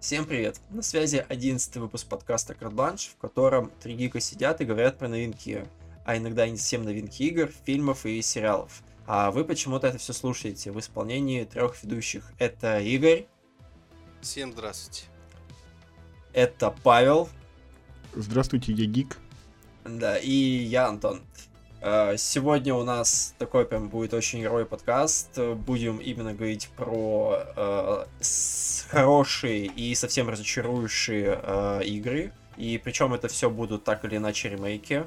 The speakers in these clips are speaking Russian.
Всем привет! На связи 11-й выпуск подкаста Карт-Бланш, в котором три гика сидят и говорят про новинки, а иногда и не совсем новинки игр, фильмов и сериалов. А вы почему-то это все слушаете в исполнении трех ведущих. Это Игорь. Всем здравствуйте. Это Павел. Здравствуйте, я Гик. Да, и я Антон. Сегодня у нас такой прям будет очень игровой подкаст. Будем именно говорить про хорошие и совсем разочарующие игры. И причем это все будут так или иначе ремейки.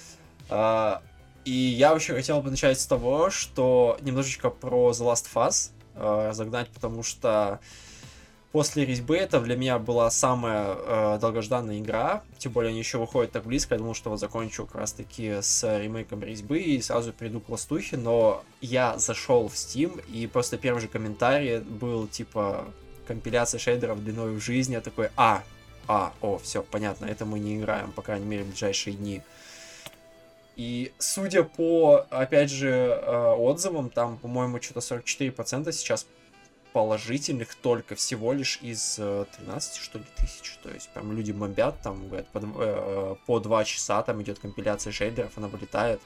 И я вообще хотел бы начать с того, что немножечко про The Last of Us разогнать, потому что после резьбы это для меня была самая долгожданная игра, тем более они еще выходят так близко, я думал, что вот закончу как раз таки с ремейком резьбы и сразу перейду к Ластухе, но я зашел в Steam и просто первый же комментарий был типа компиляция шейдеров длиной в жизнь, я такой, все, понятно, это мы не играем, по крайней мере, в ближайшие дни. И судя по, опять же, отзывам, там, по-моему, что-то 44% сейчас положительных только всего лишь из 13, что ли, тысяч. То есть прям люди бомбят, там, говорят, по 2 часа там идет компиляция шейдеров, она вылетает.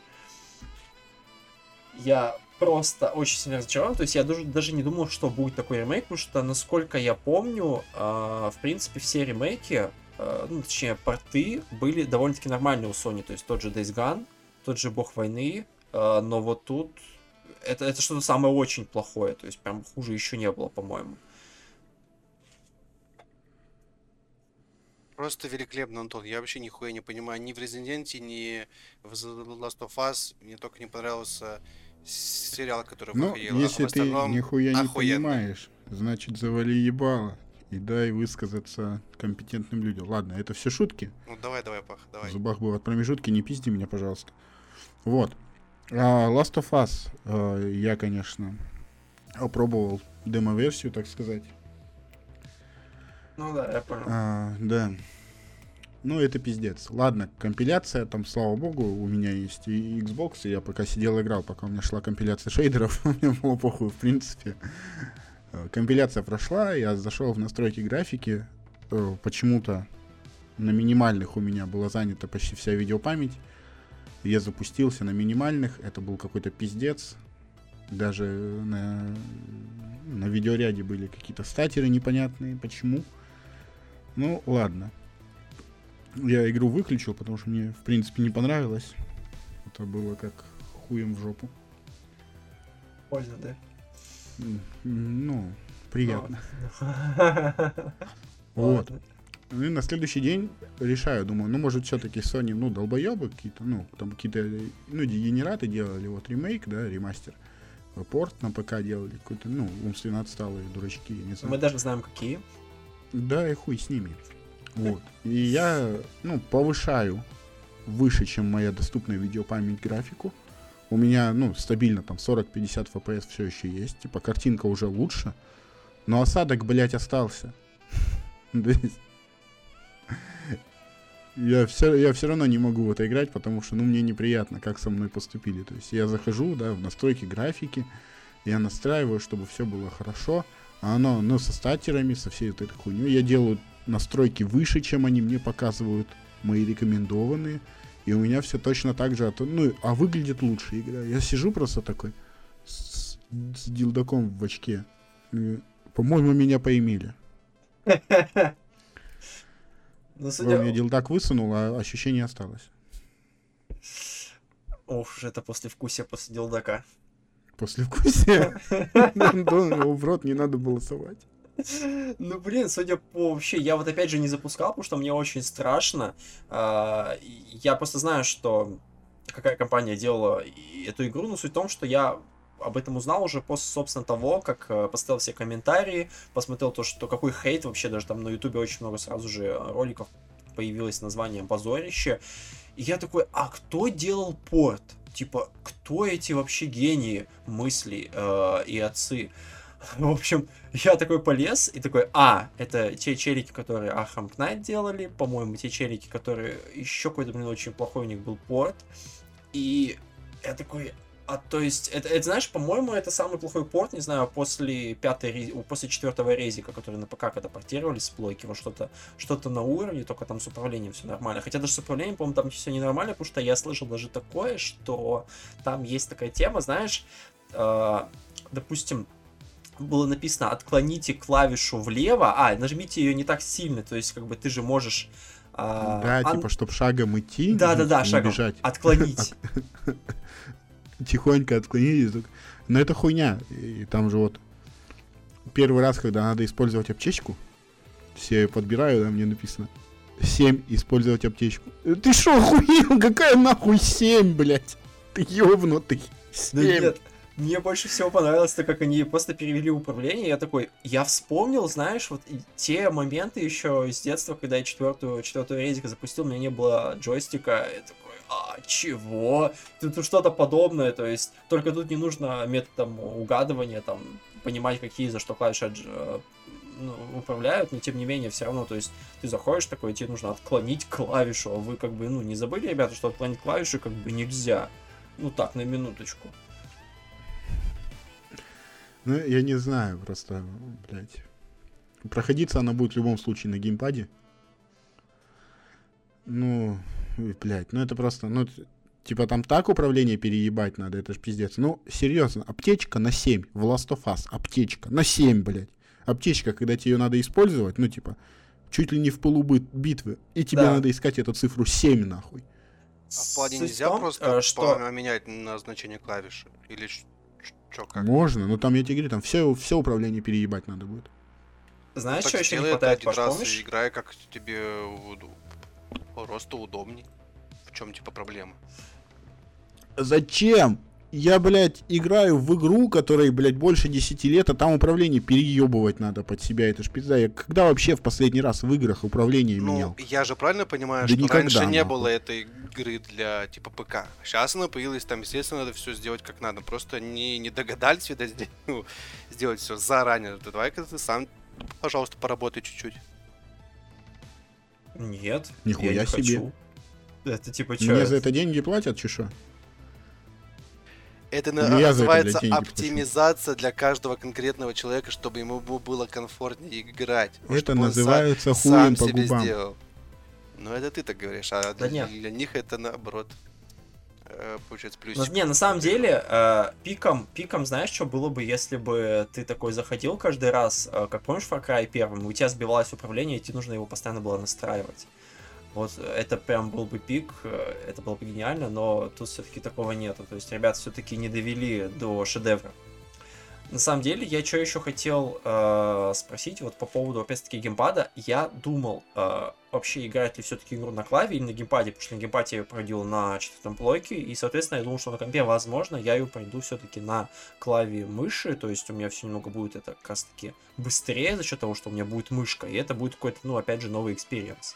Я просто очень сильно разочарован, то есть я даже не думал, что будет такой ремейк, потому что, насколько я помню, в принципе, все ремейки, точнее, порты были довольно-таки нормальные у Sony, то есть тот же Days Gone, тот же Бог войны, но вот тут это что-то самое очень плохое, то есть прям хуже еще не было, по-моему. Просто великолепно, Антон. Я вообще нихуя не понимаю. Ни в Resident, ни в The Last of Us мне только не понравился сериал, который выходил. Если ты нихуя не понимаешь, значит завали ебало и дай высказаться компетентным людям. Ладно, это все шутки. Ну давай, Пах, давай. В зубах бывают промежутки, не пизди меня, пожалуйста. Вот. Last of Us я, конечно, опробовал демо-версию, так сказать. Ну да, я понял. Да. Ну, это пиздец. Ладно, компиляция, там, слава богу, у меня есть и Xbox, и я пока сидел играл, пока у меня шла компиляция шейдеров, мне было похуй, в принципе. Компиляция прошла, я зашел в настройки графики, почему-то на минимальных у меня была занята почти вся видеопамять. Я запустился на минимальных, это был какой-то пиздец. Даже на видеоряде были какие-то статеры непонятные. Почему? Ну, ладно. Я игру выключил, потому что мне, в принципе, не понравилось. Это было как хуем в жопу. Больно, да? Ну, приятно. Вот. И на следующий день решаю, думаю, может все-таки Sony, долбоебы какие-то, там какие-то, дегенераты делали, вот ремейк, да, ремастер, порт на ПК делали, какой-то, умственно отсталые дурачки, я не знаю. Мы даже знаем, какие. Да, и хуй с ними. Вот. И я, повышаю выше, чем моя доступная видеопамять, графику. У меня, стабильно там 40-50 FPS все еще есть, типа картинка уже лучше, но осадок, блять, остался. Я все равно не могу в это играть, потому что, мне неприятно, как со мной поступили. То есть я захожу, да, в настройки графики, я настраиваю, чтобы все было хорошо, а оно, со статерами, со всей этой хуйней, я делаю настройки выше, чем они мне показывают, мои рекомендованные, и у меня все точно так же, а выглядит лучше игра. Я сижу просто такой, с дилдаком в очке, по-моему, меня поимели. Он мне дилдак высунул, а ощущение осталось. Ох, это послевкусие после дилдака. Послевкусие? Его в рот не надо было совать. Судя по вообще, я вот опять же не запускал, потому что мне очень страшно. Я просто знаю, что какая компания делала эту игру, но суть в том, что я об этом узнал уже после, собственно, того, как поставил все комментарии, посмотрел то, что какой хейт вообще, даже там на ютубе очень много сразу же роликов появилось с названием «Позорище». И я такой, а кто делал порт? Типа, кто эти вообще гении мыслей и отцы? В общем, я такой полез и такой, это те челики, которые Arkham Knight делали, по-моему, те челики, которые еще какой-то, очень плохой у них был порт. И я такой, То есть, это, знаешь, по-моему, это самый плохой порт, не знаю, после 4-го резика, который на ПК когда портировали с плойки, вот что-то на уровне, только там с управлением все нормально. Хотя даже с управлением, по-моему, там все ненормально, потому что я слышал даже такое, что там есть такая тема, знаешь, допустим, было написано «отклоните клавишу влево», нажмите ее не так сильно, то есть, как бы, ты же можешь... Да, типа, чтобы шагом идти, Да, не шагом бежать. отклонить. Тихонько отклонились. Но это хуйня. И там же вот первый раз, когда надо использовать аптечку, все подбираю, да, мне написано 7 использовать аптечку. Ты шо, охуел? Какая нахуй 7, блядь? Ты ёбнутый. 7. Да нет, мне больше всего понравилось то, как они просто перевели управление. Я вспомнил, знаешь, вот те моменты еще из детства, когда я четвертую резика запустил, у меня не было джойстика. Я такой, чего? Тут что-то подобное, то есть только тут не нужно методом угадывания, там, понимать, какие за что клавиши управляют, но тем не менее, все равно, то есть ты заходишь такой, тебе нужно отклонить клавишу, а вы как бы, не забыли, ребята, что отклонить клавишу как бы нельзя. Ну так, на минуточку. Ну, я не знаю, просто, блядь. Проходиться она будет в любом случае на геймпаде. Ну, блядь, это просто, типа там так управление переебать надо, это ж пиздец. Ну, серьезно, аптечка на 7 в Last of Us, аптечка на 7, блядь. Аптечка, когда тебе ее надо использовать, типа, чуть ли не в полубитвы, и тебе надо искать эту цифру 7, нахуй. А в плане нельзя просто поменять назначение клавиши? Или что, как? Можно, но там, я тебе говорю, там все управление переебать надо будет. Знаешь, что еще не хватает, Паш, помнишь? Играй, как тебе просто удобней. В чем, типа, проблема? Зачем? Я, блядь, играю в игру, которой, блядь, больше 10 лет, а там управление переебывать надо под себя. Это ж пизда. Я когда вообще в последний раз в играх управление менял? Я же правильно понимаю, да что никогда, раньше не нахуй. было этой игры для, типа, ПК. Сейчас она появилась, там, естественно, надо все сделать как надо. Просто не догадались, видать, сделать все заранее. Давай-ка ты сам, пожалуйста, поработай чуть-чуть. Нет, Нихуя я не себе. хочу. Это типа что? Мне за это деньги платят, чешо? Это я за это, называется блядь, деньги оптимизация для каждого конкретного человека, чтобы ему было комфортнее играть. Это называется хуем по губам. Сделал. Ну это ты так говоришь, а Да для них это наоборот. Получается плюсик. На самом деле, пиком, знаешь, что было бы, если бы ты такой заходил каждый раз, как помнишь Far Cry 1, у тебя сбивалось управление, и тебе нужно его постоянно было настраивать. Вот это прям был бы пик, это было бы гениально, но тут все-таки такого нету. То есть ребята все-таки не довели до шедевра. На самом деле, я что еще хотел спросить, вот по поводу, опять-таки, геймпада. Я думал, вообще играть ли все-таки игру на клаве или на геймпаде, потому что на геймпаде я ее пройдил на 4-м плойке, и, соответственно, я думал, что на компе, возможно, я ее пройду все-таки на клаве мыши, то есть у меня все немного будет это как раз-таки быстрее за счет того, что у меня будет мышка, и это будет какой-то, опять же, новый экспириенс.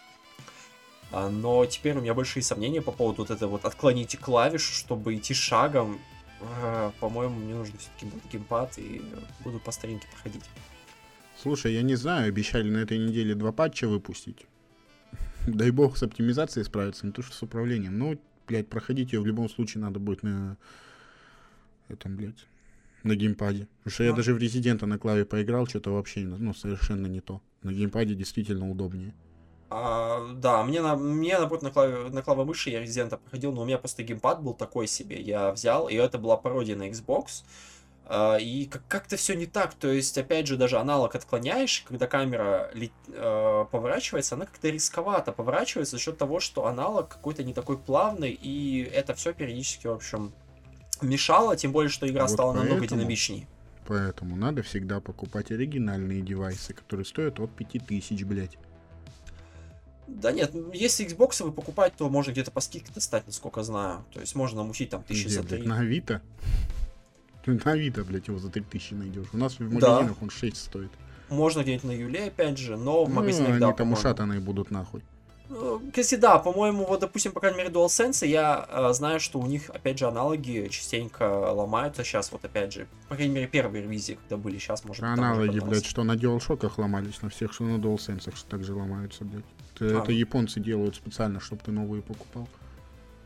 Но теперь у меня большие сомнения по поводу вот этого вот отклоните клавишу, чтобы идти шагом. По-моему, мне нужно все-таки будет геймпад, и буду по старинке проходить. Слушай, я не знаю, обещали на этой неделе 2 патча выпустить. Дай бог с оптимизацией справиться, не то что с управлением. Ну, блядь, проходить ее в любом случае надо будет на этом, блядь, на геймпаде. Потому что я даже в Резидента на клаве поиграл, что-то вообще, совершенно не то. На геймпаде действительно удобнее. Да, мне наоборот на клаве мыши я Резидента проходил, но у меня просто геймпад был такой себе. Я взял, и это была пародия на Xbox. И как-то все не так. То есть, опять же, даже аналог отклоняешь, когда камера поворачивается, она как-то рисковато поворачивается за счет того, что аналог какой-то не такой плавный, и это все периодически, в общем, мешало, тем более, что игра стала намного динамичнее. Поэтому надо всегда покупать оригинальные девайсы, которые стоят от 5000, блядь. Да нет, если Xbox вы покупать, то можно где-то по скидке достать, насколько знаю. То есть можно намутить там 1000 за 3. На Авито? На Авито, блядь, его за 3000 найдешь. У нас в магазинах он 6 стоит. Можно где-нибудь на Юле, опять же, но в магазинах, да, они там ушатанные будут нахуй. Кстати, да, по-моему, вот, допустим, по крайней мере, DualSense, я знаю, что у них, опять же, аналоги частенько ломаются. Сейчас вот, опять же, по крайней мере, первые ревизии, когда были, сейчас, может быть, аналоги, блядь, что на DualShock'ах ломались, на всех, что на DualSense'ах также ломаются, блядь. Это японцы делают специально, чтобы ты новые покупал.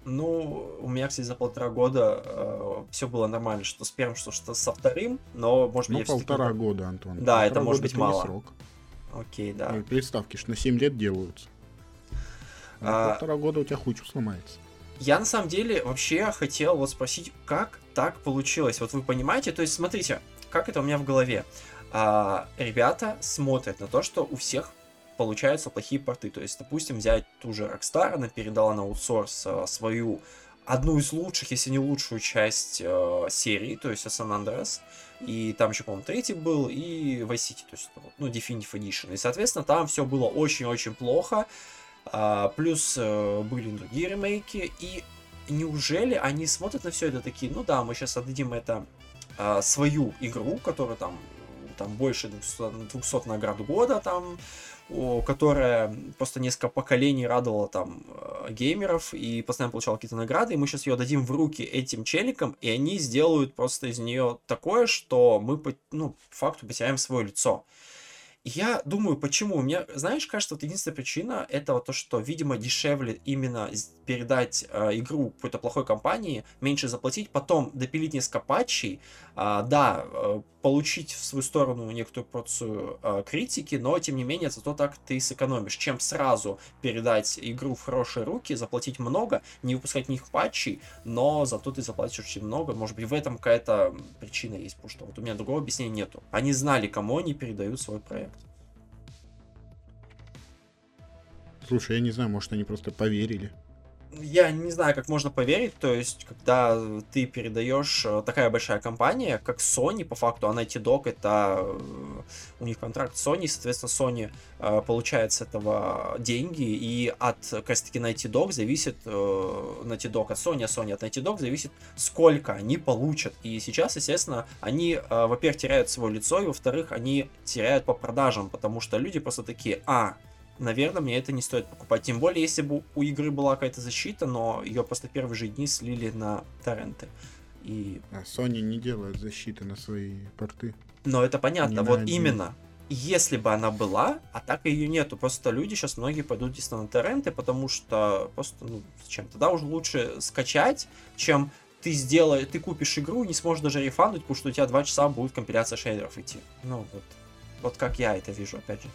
Ну, у меня, кстати, за 1,5 года все было нормально, что с первым, что со вторым, но, может быть, Ну, я все-таки... 1,5 года, Антон. Да, это 1,5 может года быть это не мало. срок. Окей, да. Приставки ж на 7 лет делаются. А, 1,5 года у тебя хучу сломается. Я на самом деле вообще хотел вот спросить, как так получилось? Вот вы понимаете, то есть смотрите, как это у меня в голове. Ребята смотрят на то, что у всех получаются плохие порты. То есть, допустим, взять ту же Rockstar, она передала на аутсорс свою одну из лучших, если не лучшую часть серии, то есть San Andreas. И там еще, по-моему, третий был, и Vice City, то есть, ну, Definitive Edition. И, соответственно, там все было очень-очень плохо. Плюс были другие ремейки, и неужели они смотрят на все это такие, ну да, мы сейчас отдадим это свою игру, которая там больше 200 наград года, там, которая просто несколько поколений радовала там геймеров и постоянно получала какие-то награды, и мы сейчас ее дадим в руки этим челикам, и они сделают просто из нее такое, что мы, ну, по факту потеряем свое лицо. Я думаю, почему. Мне, знаешь, кажется, вот единственная причина это вот то, что, видимо, дешевле именно передать игру какой-то плохой компании, меньше заплатить, потом допилить несколько патчей, получить в свою сторону некоторую порцию критики, но, тем не менее, зато так ты сэкономишь, чем сразу передать игру в хорошие руки, заплатить много, не выпускать в них патчей, но зато ты заплатишь очень много. Может быть, в этом какая-то причина есть, потому что вот у меня другого объяснения нету. Они знали, кому они передают свой проект. Слушай, я не знаю, может, они просто поверили. Я не знаю, как можно поверить, то есть, когда ты передаешь такая большая компания, как Sony, по факту, а Naughty Dog это у них контракт с Sony, соответственно, Sony получает с этого деньги, и от, как раз таки, Naughty Dog зависит, Naughty Dog от Sony, а Sony от Naughty Dog зависит, сколько они получат. И сейчас, естественно, они, во-первых, теряют свое лицо, и, во-вторых, они теряют по продажам, потому что люди просто такие, наверное, мне это не стоит покупать. Тем более, если бы у игры была какая-то защита, но ее просто первые же дни слили на торренты. И... Sony не делает защиты на свои порты. Но это понятно, Не вот на именно. Если бы она была, а так ее нету. Просто люди сейчас многие пойдут на торренты, потому что просто, ну, зачем? Тогда уже лучше скачать, чем ты купишь игру и не сможешь даже рефандить, потому что у тебя 2 часа будет компиляция шейдеров идти. Ну, вот как я это вижу, опять же.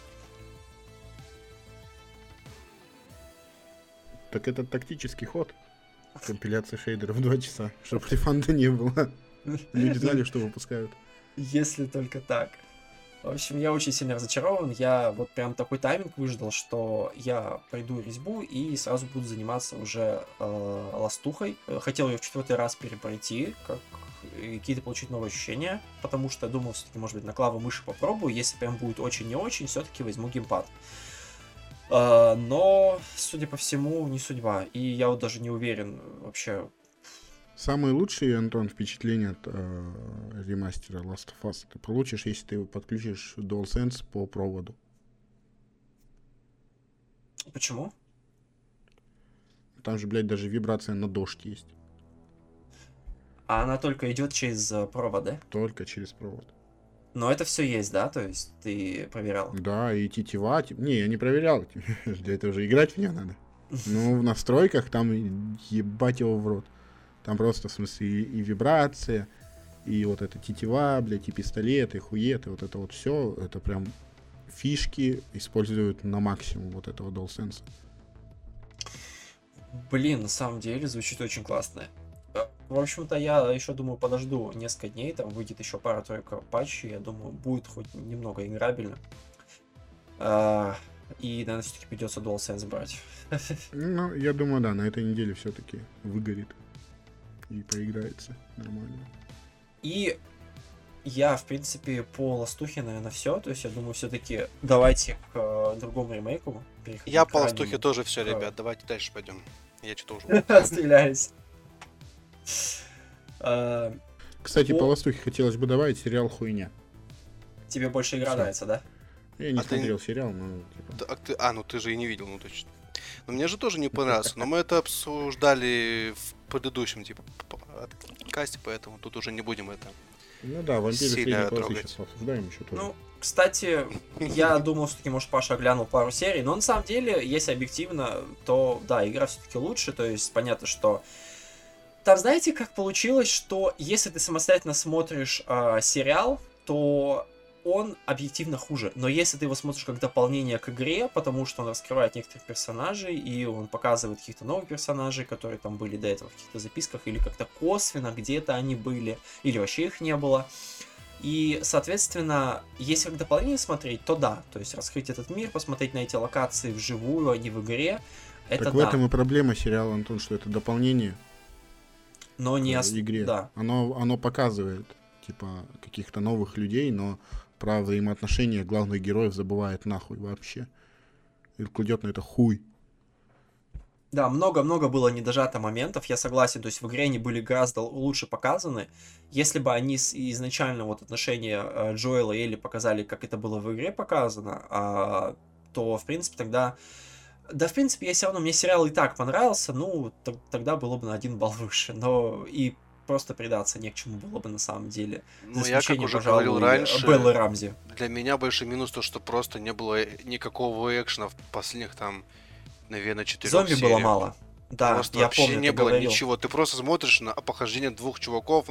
Так это тактический ход. Компиляция шейдеров 2 часа, чтобы рефанда не было. Люди знали, что выпускают. Если только так. В общем, я очень сильно разочарован. Я вот прям такой тайминг выждал, что я пройду резьбу и сразу буду заниматься уже ластухой. Хотел ее в 4-й раз перепройти, как и какие-то получить новые ощущения, потому что я думал, все-таки, может быть, на клавы мыши попробую. Если прям будет очень не очень, все-таки возьму геймпад. Но, судя по всему, не судьба. И я вот даже не уверен вообще. Самые лучшие, Антон, впечатления от ремастера Last of Us ты получишь, если ты подключишь DualSense по проводу. Почему? Там же, блядь, даже вибрация на дождь есть. А она только идет через провод, да? Только через провод. Но это все есть, да? То есть ты проверял? Да, и тетива. Не, я не проверял. Для этого же играть в нее надо. Ну, в настройках там ебать его в рот. Там просто, в смысле, и вибрация, и вот эта тетива, блядь, и пистолет, и хует, и вот это вот все. Это прям фишки используют на максимум вот этого DualSense. Блин, на самом деле звучит очень классно. В общем-то, я еще думаю, подожду несколько дней, там выйдет еще пара-тройка патчей, я думаю, будет хоть немного играбельно. И, наверное, все-таки придется DualSense брать. Ну, я думаю, да, на этой неделе все-таки выгорит и поиграется нормально. И я, в принципе, по ластухе, наверное, все. То есть, я думаю, все-таки давайте к другому ремейку переходить. Я по ластухе тоже все, ребят. Давайте дальше пойдем. Я что-то уже... Отстреляюсь. Кстати, по ластухе хотелось бы добавить сериал «Хуйня». Тебе больше игра Всё. нравится, да? Я не смотрел сериал, но... Типа... Ну ты же и не видел, ну точно. Но мне же тоже не понравился. Но мы это обсуждали в предыдущем, типа, касте, поэтому тут уже не будем это... Ну да, «Вампиры сильно средней полосы» трогать. сейчас обсуждаем еще тоже. Ну, Кстати, я думал, все-таки, может, Паша глянул пару серий, но на самом деле, если объективно, то, да, игра все-таки лучше, то есть понятно, что... Там, знаете, как получилось, что если ты самостоятельно смотришь сериал, то он объективно хуже. Но если ты его смотришь как дополнение к игре, потому что он раскрывает некоторых персонажей, и он показывает каких-то новых персонажей, которые там были до этого в каких-то записках, или как-то косвенно где-то они были, или вообще их не было. И, соответственно, если как дополнение смотреть, то да. То есть раскрыть этот мир, посмотреть на эти локации вживую, а не в игре, это Так да. в этом и проблема сериала, Антон, что это дополнение Но не к игре. Да. Оно показывает, типа, каких-то новых людей, но про взаимоотношения главных героев забывает нахуй вообще. И кладет на это хуй. Да, много-много было недожато моментов, я согласен, то есть в игре они были гораздо лучше показаны. Если бы они изначально вот отношения Джоэла и Элли показали, как это было в игре показано, то, в принципе, тогда... Да, в принципе, я все равно, мне сериал и так понравился, ну, тогда было бы на 1 балл выше, но и просто предаться не к чему было бы на самом деле. Ну, я, как уже говорил раньше, Беллы Рамзи. Для меня большой минус то, что просто не было никакого экшена в последних там, наверное, 4 Зомби сериях. было мало. Да, просто я вообще помню, не ты было говорил. ничего. Ты просто смотришь на похождение двух чуваков,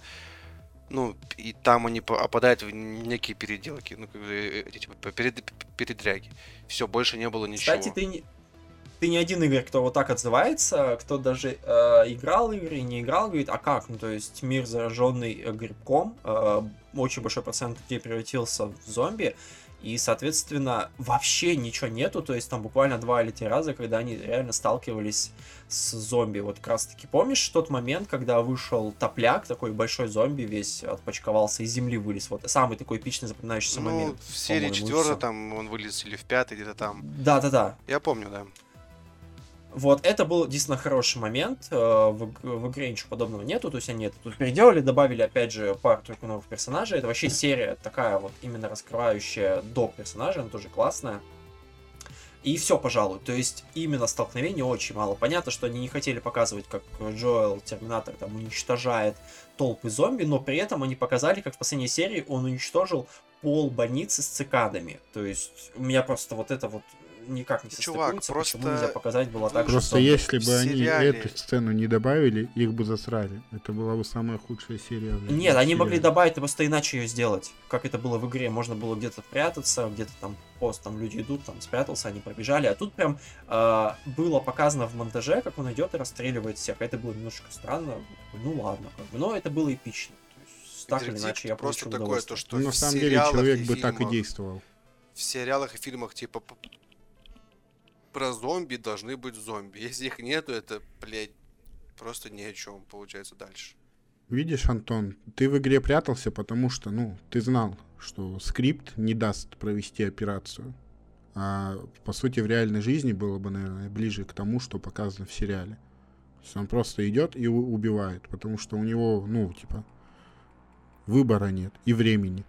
ну, и там они попадают в некие переделки, ну, типа, передряги. Все, больше не было ничего. Кстати, ты не один игрок, кто вот так отзывается, кто даже играл игры и не играл, говорит, а как? Ну, то есть мир, зараженный грибком, очень большой процент людей превратился в зомби, и, соответственно, вообще ничего нету, то есть там буквально 2 или 3 раза, когда они реально сталкивались с зомби. Вот как раз таки помнишь тот момент, когда вышел топляк, такой большой зомби, весь отпочковался, из земли вылез. Вот самый такой эпичный запоминающийся момент. В серии 4 там он вылез или в 5 где-то там. Да-да-да. Я помню, да. Вот, это был действительно хороший момент, в игре ничего подобного нету, то есть они это тут переделали, добавили, опять же, пару-тройку новых персонажей, это вообще серия такая вот, именно раскрывающая до персонажа, она тоже классная. И все, пожалуй, то есть именно столкновений очень мало. Понятно, что они не хотели показывать, как Джоэл, Терминатор, там, уничтожает толпы зомби, но при этом они показали, как в последней серии он уничтожил пол больницы с цикадами. То есть у меня просто вот это вот никак не состыкуется, просто почему нельзя показать было так, Просто что... если бы они сериале... эту сцену не добавили, их бы засрали. Это была бы самая худшая серия. Нет, они могли добавить, но просто иначе ее сделать. Как это было в игре, можно было где-то прятаться, где-то там пост, там люди идут, там спрятался, они пробежали. А тут прям было показано в монтаже, как он идет и расстреливает всех. Это было немножечко странно. Ну ладно, как бы. Но это было эпично. То есть, так или иначе, я просто получил такое, то, что на самом деле человек бы так и действовал. В сериалах и фильмах типа про зомби должны быть зомби. Если их нету, это, блядь, просто ни о чем получается дальше. Видишь, Антон, ты в игре прятался, потому что, ну, ты знал, что скрипт не даст провести операцию. А по сути в реальной жизни было бы, наверное, ближе к тому, что показано в сериале. То есть он просто идет и убивает, потому что у него, ну, типа, выбора нет и времени.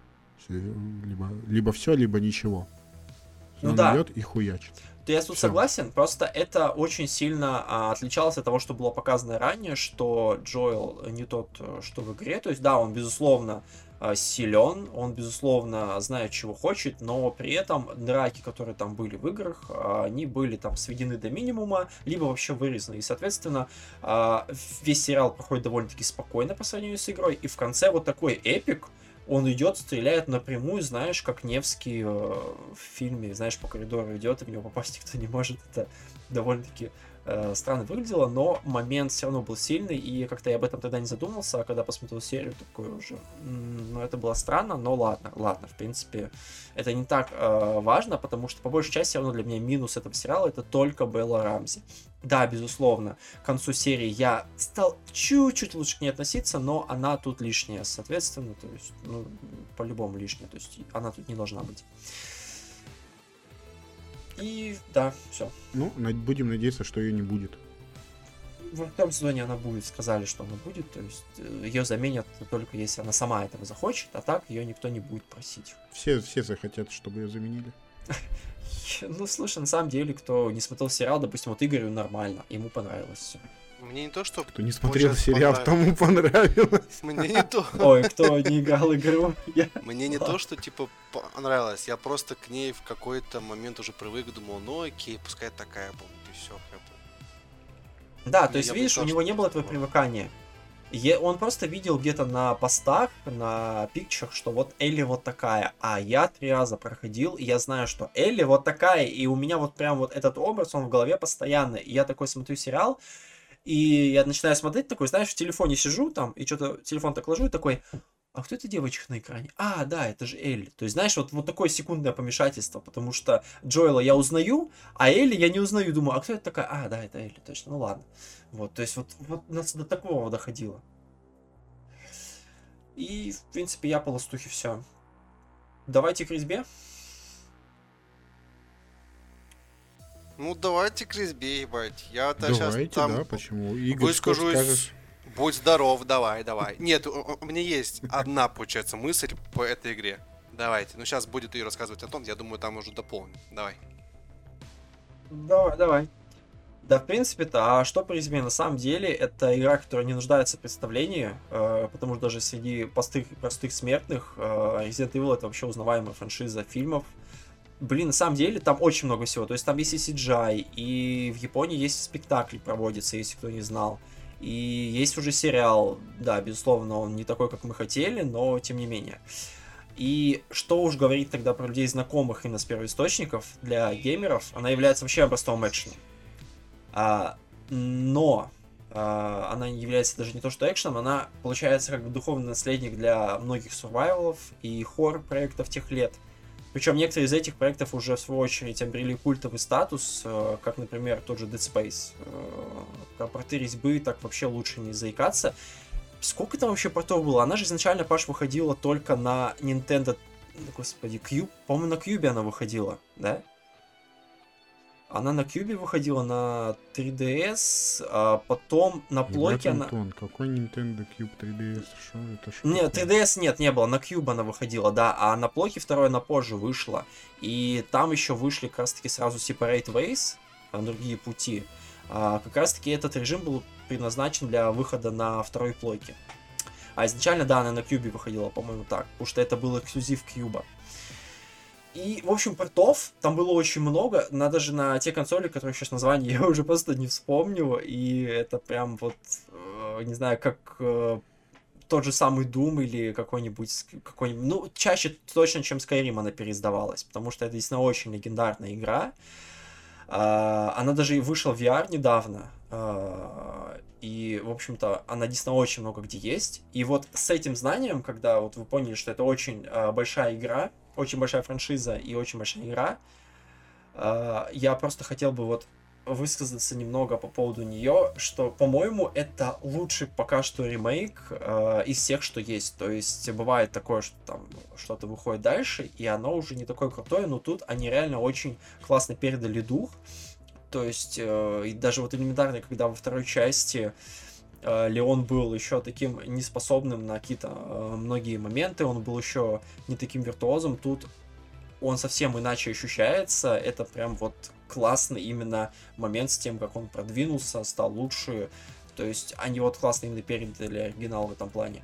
Либо все, либо ничего. Ну он да. идет и хуячит. Я тут согласен, просто это очень сильно отличалось от того, что было показано ранее, что Джоэл не тот, что в игре. То есть, да, он, безусловно, силен, он, безусловно, знает, чего хочет, но при этом драки, которые там были в играх, они были там сведены до минимума, либо вообще вырезаны. И, соответственно, весь сериал проходит довольно-таки спокойно по сравнению с игрой, и в конце вот такой эпик, он идет, стреляет напрямую, знаешь, как Невский в фильме, знаешь, по коридору идет, и в него попасть никто не может. Это довольно-таки странно выглядело, но момент все равно был сильный, и как-то я об этом тогда не задумался, а когда посмотрел серию, такой уже, ну, это было странно, но ладно, в принципе, это не так важно, потому что, по большей части, все равно для меня минус этого сериала — это только Белла Рамзи. Да, безусловно, к концу серии я стал чуть-чуть лучше к ней относиться, но она тут лишняя, соответственно, то есть, ну, по-любому лишняя, то есть она тут не должна быть. И да, все. Ну, будем надеяться, что ее не будет. В этом сезоне она будет, сказали, что она будет, то есть ее заменят только если она сама этого захочет, а так ее никто не будет просить. Все захотят, чтобы ее заменили. Ну, слушай, на самом деле, кто не смотрел сериал, допустим, вот Игорю нормально, ему понравилось все. Мне не то, что... Кто не смотрел очень сериал, тому понравилось. Мне не то... Ой, кто не играл игру? Мне не то, что, типа, понравилось. Я просто к ней в какой-то момент уже привык, думал, ну окей, пускай такая будет, и все. Да, то есть, Я бы не видишь, у сказал, него что не было это этого привыкания. Он просто видел где-то на постах, на пикчах, что вот Элли вот такая, а я 3 раза проходил, и я знаю, что Элли вот такая, и у меня вот прям вот этот образ, он в голове постоянно, и я такой смотрю сериал, и я начинаю смотреть такой, знаешь, в телефоне сижу там, и что-то телефон так ложу, и такой, а кто эта девочка на экране? А, да, это же Элли. То есть, знаешь, вот такое секундное помешательство, потому что Джоэла я узнаю, а Элли я не узнаю. Думаю, а кто это такая? А, да, это Элли, точно, ну ладно. Вот, то есть, вот нас до такого доходило. И, в принципе, я по ластухе все. Давайте к резьбе. Ну, давайте к резьбе, ебать. Я сейчас Давайте, там да, почему? Игорь, что выскажусь. скажешь? Будь здоров, давай. Нет, у меня есть одна, получается, мысль по этой игре. Давайте. Ну, сейчас будет ее рассказывать Антон, я думаю, там уже дополним. Давай. Давай. Да, в принципе-то, а что по резьбе? На самом деле, это игра, которая не нуждается в представлении, потому что даже среди простых смертных Resident Evil это вообще узнаваемая франшиза фильмов. Блин, на самом деле, там очень много всего. То есть там есть и CGI, и в Японии есть спектакль проводится, если кто не знал. И есть уже сериал, да, безусловно, он не такой, как мы хотели, но тем не менее. И что уж говорить тогда про людей, знакомых именно с первоисточников, для геймеров, она является вообще образцом экшена. Но она является даже не то что экшеном, она получается как бы духовный наследник для многих сурвайвалов и хоррор-проектов тех лет. Причем некоторые из этих проектов уже, в свою очередь, обрели культовый статус, как, например, тот же Dead Space. Про порты резьбы так вообще лучше не заикаться. Сколько там вообще портов было? Она же изначально, Паш, выходила только на Nintendo... Господи, Cube? По-моему, на Cube она выходила, да? Она на Cube выходила, на 3DS, а потом на плойке она... Антон, какой Nintendo Cube 3DS? Шо это? Нет, 3DS нет, не было, на Cube она выходила, да, а на плойке второй она позже вышла. И там еще вышли как раз-таки сразу Separate Ways, другие пути. Как раз-таки этот режим был предназначен для выхода на второй плойке. А изначально, да, она на Cube выходила, по-моему, так, потому что это был эксклюзив Cube. И, в общем, портов там было очень много, даже на те консоли, которые сейчас название я уже просто не вспомню, и это прям вот, не знаю, как тот же самый Doom или какой-нибудь, ну, чаще точно, чем Skyrim она переиздавалась, потому что это действительно очень легендарная игра. Она даже и вышла в VR недавно, и, в общем-то, она действительно очень много где есть. И вот с этим знанием, когда вот вы поняли, что это очень большая игра, очень большая франшиза и очень большая игра, я просто хотел бы вот высказаться немного по поводу нее, что, по-моему, это лучший пока что ремейк из всех, что есть. То есть бывает такое, что там что-то выходит дальше, и оно уже не такое крутое, но тут они реально очень классно передали дух. То есть и даже вот элементарно, когда во второй части Леон был еще таким неспособным на какие-то многие моменты, он был еще не таким виртуозом, тут он совсем иначе ощущается, это прям вот классный именно момент с тем, как он продвинулся, стал лучше, то есть они вот классно именно передали оригинал в этом плане.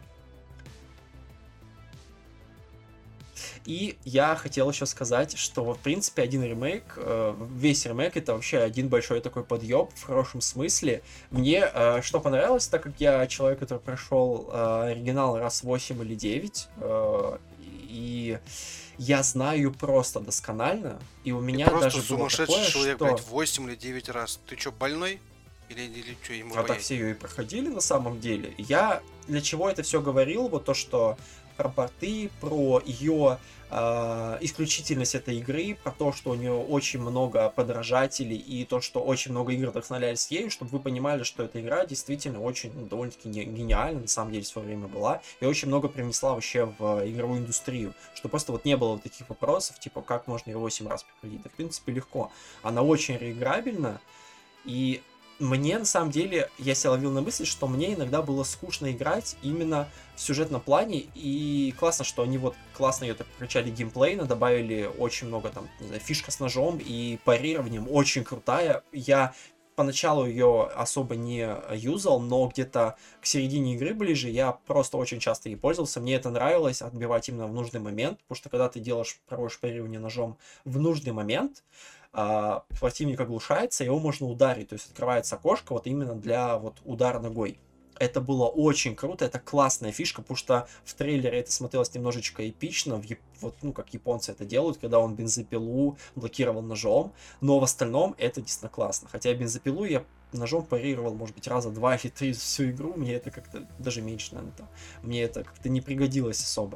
И я хотел еще сказать, что, в принципе, один ремейк, весь ремейк, это вообще один большой такой подъеб в хорошем смысле. Мне что понравилось, так как я человек, который прошел оригинал раз 8 или 9, и я знаю просто досконально, и у меня даже было такое, сумасшедший человек, что... блядь, 8 или 9 раз. Ты что, больной? Или что, ему так все ее и проходили на самом деле. Я для чего это все говорил, вот то, что про порты, про ее исключительность этой игры, про то, что у нее очень много подражателей и то, что очень много игр вдохновлялись ею, чтобы вы понимали, что эта игра действительно очень, довольно-таки гениальна, на самом деле, в свое время была, и очень много привнесла вообще в игровую индустрию, что просто вот не было вот таких вопросов, типа, как можно ее 8 раз проходить. Да, в принципе, легко. Она очень реиграбельна, и мне, на самом деле, я себя ловил на мысли, что мне иногда было скучно играть именно в сюжетном плане, и классно, что они вот классно ее так прокачали геймплейно, добавили очень много там, не знаю, фишка с ножом и парированием очень крутая. Я поначалу ее особо не юзал, но где-то к середине игры ближе я просто очень часто ей пользовался. Мне это нравилось, отбивать именно в нужный момент, потому что когда ты проводишь парирование ножом в нужный момент, противник оглушается, его можно ударить, то есть открывается окошко вот именно для вот удара ногой. Это было очень круто, это классная фишка, потому что в трейлере это смотрелось немножечко эпично, вот, ну, как японцы это делают, когда он бензопилу блокировал ножом, но в остальном это действительно классно. Хотя бензопилу я ножом парировал, может быть, раза 2 или 3 всю игру, мне это как-то, даже меньше, наверное, там, мне это как-то не пригодилось особо.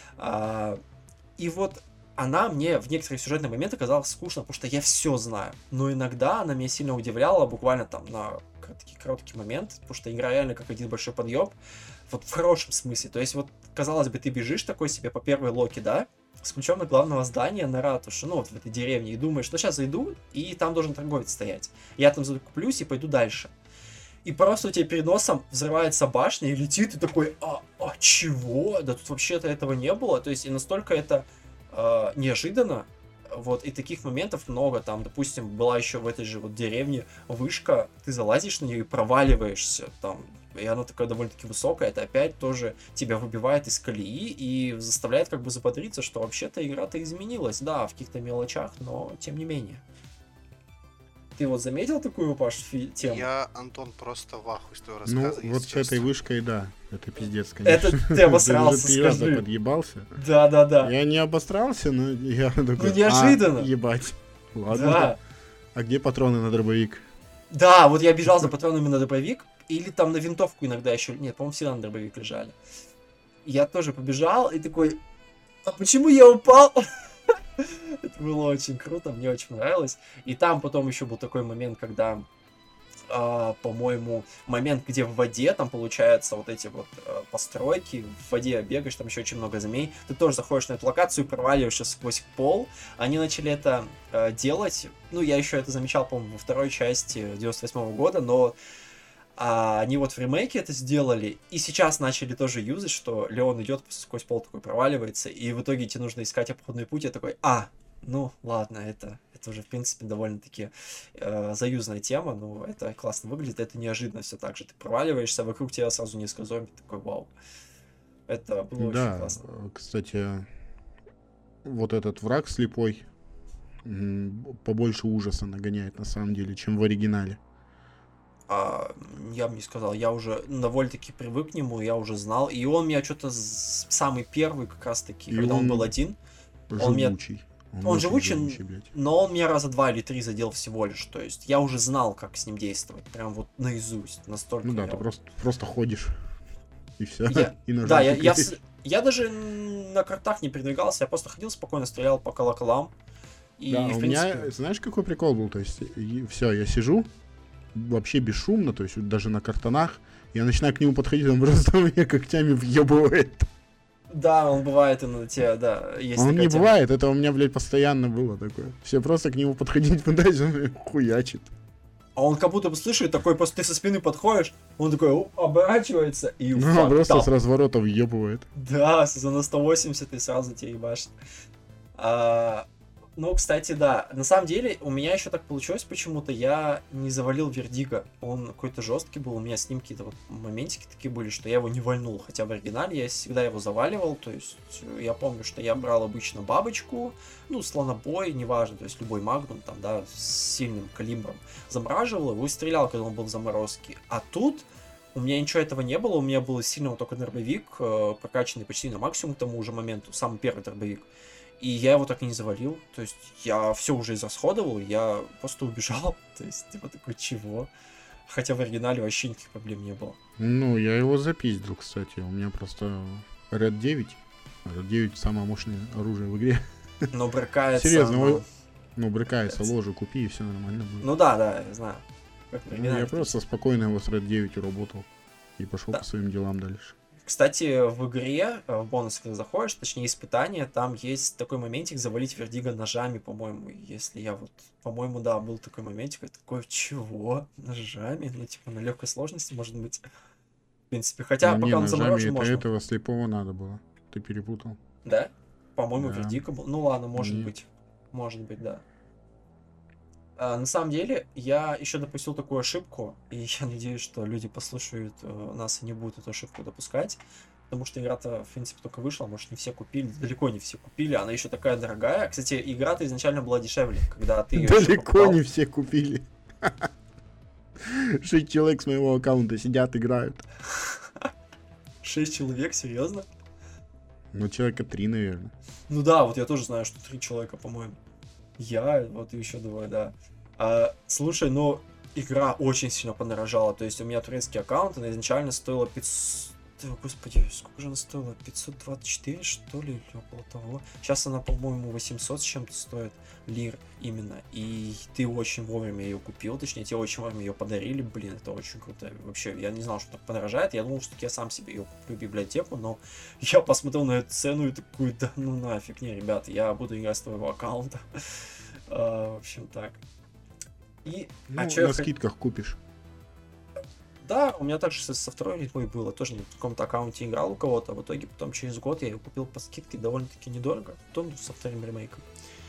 И вот она мне в некоторых сюжетных моментах казалась скучно, потому что я все знаю. Но иногда она меня сильно удивляла, буквально там на такие короткий момент, потому что игра реально как один большой подъем, вот в хорошем смысле. То есть вот, казалось бы, ты бежишь такой себе по первой локе, да, с ключом на главного здания на ратуше, ну вот в этой деревне, и думаешь, ну сейчас зайду, и там должен торговец стоять. Я там закуплюсь и пойду дальше. И просто у тебя перед носом взрывается башня и летит, и такой, чего? Да тут вообще-то этого не было. То есть и настолько это неожиданно. Вот, и таких моментов много. Там, допустим, была еще в этой же вот деревне вышка, ты залазишь на нее и проваливаешься. Там, и она такая довольно-таки высокая. Это опять тоже тебя выбивает из колеи и заставляет как бы заподриться, что вообще-то игра-то изменилась. Да, в каких-то мелочах, но тем не менее. Ты вот заметил такую, Паш, тему? Я, Антон, просто в ахуе с твоего рассказа. Ну, вот с этой вышкой, да. Это пиздец, конечно. Это ты обосрался, Ты уже 3 раза скажи. подъебался. Да. Я не обосрался, но я такой, Ну, неожиданно. Ебать. Ладно. Да. А где патроны на дробовик? Да, вот я бежал за патронами на дробовик, или там на винтовку иногда еще. Нет, по-моему, всегда на дробовик лежали. Я тоже побежал и такой, а почему я упал? Это было очень круто, мне очень понравилось. И там потом еще был такой момент, когда, по-моему, момент, где в воде, там получается вот эти вот постройки, в воде бегаешь, там еще очень много змей. Ты тоже заходишь на эту локацию и проваливаешься сквозь пол. Они начали это делать, ну, я еще это замечал, по-моему, во второй части 98-го года, но они вот в ремейке это сделали, и сейчас начали тоже юзать, что Леон идет сквозь пол такой проваливается, и в итоге тебе нужно искать обходной путь. Я такой, ну ладно, это уже в принципе довольно-таки заюзная тема, но это классно выглядит, это неожиданно все так же. Ты проваливаешься, вокруг тебя сразу несколько зомби, ты такой, вау. Это было очень классно. Кстати, вот этот враг слепой побольше ужаса нагоняет на самом деле, чем в оригинале. Я бы не сказал, я уже довольно-таки привык к нему, я уже знал, и он меня что-то самый первый как раз-таки, когда он был один, живучий. Он живучий, но он меня раза 2 или 3 задел всего лишь, то есть я уже знал, как с ним действовать, прям вот наизусть, настолько. Ну да, ты просто ходишь, и все, и нажал. Да, я даже на картах не передвигался, я просто ходил спокойно, стрелял по колоколам, и да, в принципе... меня, знаешь, какой прикол был, то есть, все, я сижу, вообще бесшумно, то есть даже на картонах, я начинаю к нему подходить, он просто меня когтями въебывает. Да, он бывает и на тебя, да. Есть он не тема. бывает, это у меня, блядь, постоянно было такое. Все просто к нему подходить пытаются, он меня хуячит. А он как будто бы слышит, такой, просто ты со спины подходишь, он такой оборачивается и просто с разворота въебывает. Да, на 180 и сразу тебя ебашит. Ну, кстати, да. На самом деле, у меня еще так получилось почему-то, я не завалил Вердиго. Он какой-то жесткий был, у меня с ним какие-то вот моментики такие были, что я его не вальнул. Хотя в оригинале я всегда его заваливал, то есть я помню, что я брал обычно бабочку, ну, слонобой, неважно, то есть любой магнум, там, да, с сильным калибром, замораживал его и стрелял, когда он был в заморозке. А тут у меня ничего этого не было, у меня был сильный только дробовик, прокачанный почти на максимум к тому уже моменту, самый первый дробовик. И я его так и не завалил, то есть я все уже израсходовал, я просто убежал, то есть типа такой, чего? Хотя в оригинале вообще никаких проблем не было. Ну, я его запиздил, кстати, у меня просто Red 9. Red 9 самое мощное оружие в игре. Но брыкается... Серьезно, брыкается, ложу купи и все нормально будет. Ну да, я знаю. Я просто спокойно его с Red 9 работал и пошел по своим делам дальше. Кстати, в игре, в бонус, когда заходишь, точнее испытания, там есть такой моментик завалить Вердиго ножами, по-моему, если я вот, по-моему, да, был такой моментик, я такой, чего? Ножами? Ну, типа, на легкой сложности, может быть. В принципе, хотя пока он заморожен, можно. Этого слепого надо было, ты перепутал. Да? По-моему, да. Вердиго был. Ну ладно, может быть, да. На самом деле, я еще допустил такую ошибку, и я надеюсь, что люди послушают нас и не будут эту ошибку допускать, потому что игра-то, в принципе, только вышла, может, не все купили, далеко не все купили, она еще такая дорогая. Кстати, игра-то изначально была дешевле, когда ты ее Далеко не все купили. 6 человек с моего аккаунта сидят, играют. 6 человек, серьезно? Ну, человека 3, наверное. Ну да, вот я тоже знаю, что 3 человека, по-моему. Я, вот и еще двое, да. Слушай, ну, игра очень сильно подорожала. То есть у меня турецкий аккаунт, она изначально стоила 500... Господи, сколько же она стоила? 524, что ли, или около того. Сейчас она, по-моему, 800 с чем-то стоит лир именно. И ты очень вовремя ее купил, точнее, тебе очень вовремя ее подарили. Блин, это очень круто. Вообще, я не знал, что так подорожает. Я думал, что я сам себе ее куплю в библиотеку, но я посмотрел на эту цену и такой, да ну нафиг, не, ребята, я буду играть с твоего аккаунта. В общем, так. И... Ну, на скидках купишь. Да, у меня также со второй литвой было, тоже на каком-то аккаунте играл у кого-то, в итоге потом через год я ее купил по скидке довольно-таки недорого, потом со вторым ремейком.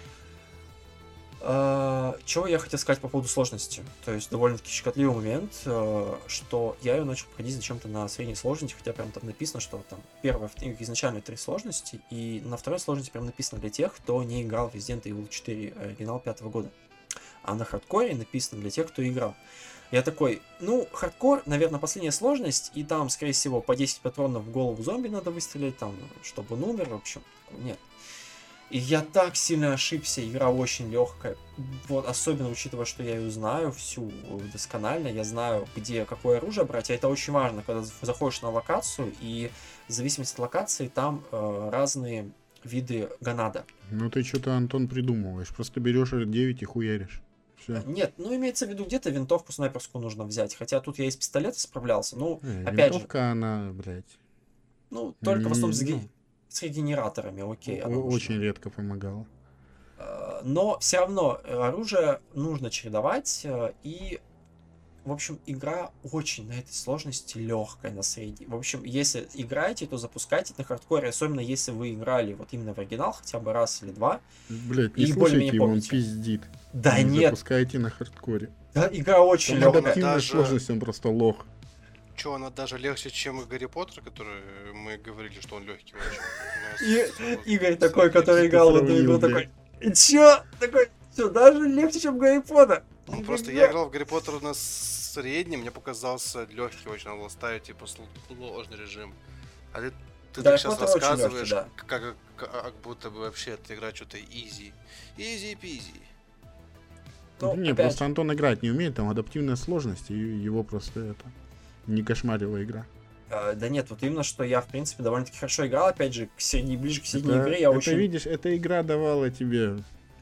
Чего я хотел сказать по поводу сложности, то есть довольно-таки щекотливый момент, что я ее начал проходить зачем-то на средней сложности, хотя прям там написано, что там первая, изначально 3 сложности, и на второй сложности прям написано для тех, кто не играл в Resident Evil 4 оригинал 5 года, а на хардкоре написано для тех, кто играл. Я такой, ну, хардкор, наверное, последняя сложность, и там, скорее всего, по 10 патронов в голову зомби надо выстрелить, там, чтобы он умер, в общем, нет. И я так сильно ошибся, игра очень легкая, вот, особенно учитывая, что я ее знаю всю досконально, я знаю, где какое оружие брать, а это очень важно, когда заходишь на локацию, и в зависимости от локации там разные виды гранада. Ну ты что-то, Антон, придумываешь, просто берешь 9 и хуяришь. Все. Нет, ну имеется в виду, где-то винтовку снайперскую нужно взять. Хотя тут я из пистолета справлялся. Ну, опять винтовка, же. она, блядь. Ну, только в основном с регенераторами, окей. Очень редко помогала. Но все равно оружие нужно чередовать. И, в общем, игра очень на этой сложности легкая, на средней. В общем, если играете, то запускайте на хардкоре. Особенно если вы играли вот именно в оригинал хотя бы раз или два. Блядь, не слушайте его, он пиздит. Да не нет. Запускайте на хардкоре. Да, игра очень легкая. легкая. Сложность, он просто лох. Че, она даже легче, чем и Гарри Поттер, который мы говорили, что он легкий. Игорь такой, который играл в эту игру, такой, чё? Такой, что, даже легче, чем Гарри Поттер? Ну, просто я играл в Гарри Поттер на среднем, мне показался легкий очень, надо было ставить, типа, сложный режим. А ты так сейчас рассказываешь, как будто бы вообще эта игра что-то easy. Easy-peasy. Ну, не, просто Антон играть не умеет, там адаптивная сложность, и его просто это не кошмарила игра. Да нет, вот именно, что я, в принципе, довольно-таки хорошо играл, опять же, ближе к середине игры я очень... видишь, эта игра давала тебе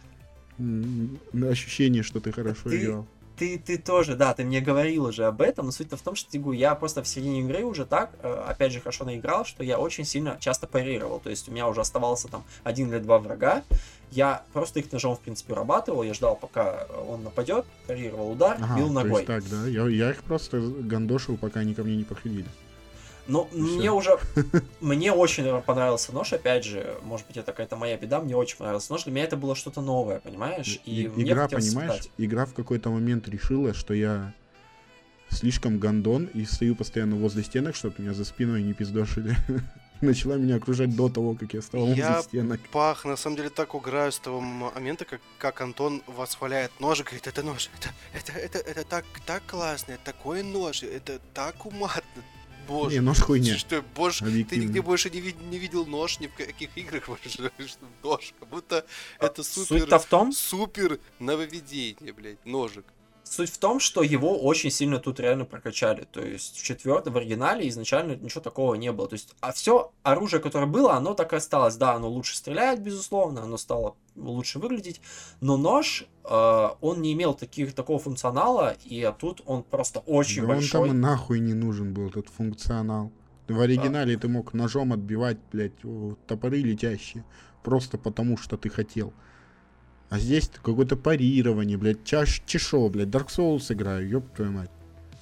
ощущение, что ты хорошо играл. Ты тоже, да, ты мне говорил уже об этом, но суть-то в том, что я просто в середине игры уже так, опять же, хорошо наиграл, что я очень сильно часто парировал, то есть у меня уже оставался там 1 или 2 врага, я просто их ножом, в принципе, урабатывал, я ждал, пока он нападет, парировал удар, бил ногой. То есть так, да, я их просто гандошил, пока они ко мне не подходили. Ну, мне очень понравился нож, опять же, может быть, это какая-то моя беда, мне очень понравился нож, для меня это было что-то новое, понимаешь? И игра, понимаешь, игра в какой-то момент решила, что я слишком гандон и стою постоянно возле стенок, чтобы меня за спиной не пиздошили. Начала меня окружать до того, как я стал возле стенок. Пах, на самом деле так уграю с того момента, как Антон восхваляет нож, говорит, это нож, это так классно, такой нож, это так уматно. Боже, не, нож хуйня. Что, боже, ты нигде больше не видел нож, ни в каких играх больше нож. Как будто это супер нововведение, блядь, ножик. Суть в том, что его очень сильно тут реально прокачали. То есть в 4-м, в оригинале изначально ничего такого не было. То есть, а все оружие, которое было, оно так и осталось. Да, оно лучше стреляет, безусловно, оно стало лучше выглядеть. Но нож, он не имел такого функционала, и тут он просто очень большой. Он там и нахуй не нужен был, этот функционал. В оригинале ты мог ножом отбивать, блядь, топоры летящие. Просто потому, что ты хотел. А здесь какое-то парирование, блядь, чешо, блядь, Dark Souls играю, ёб твою мать.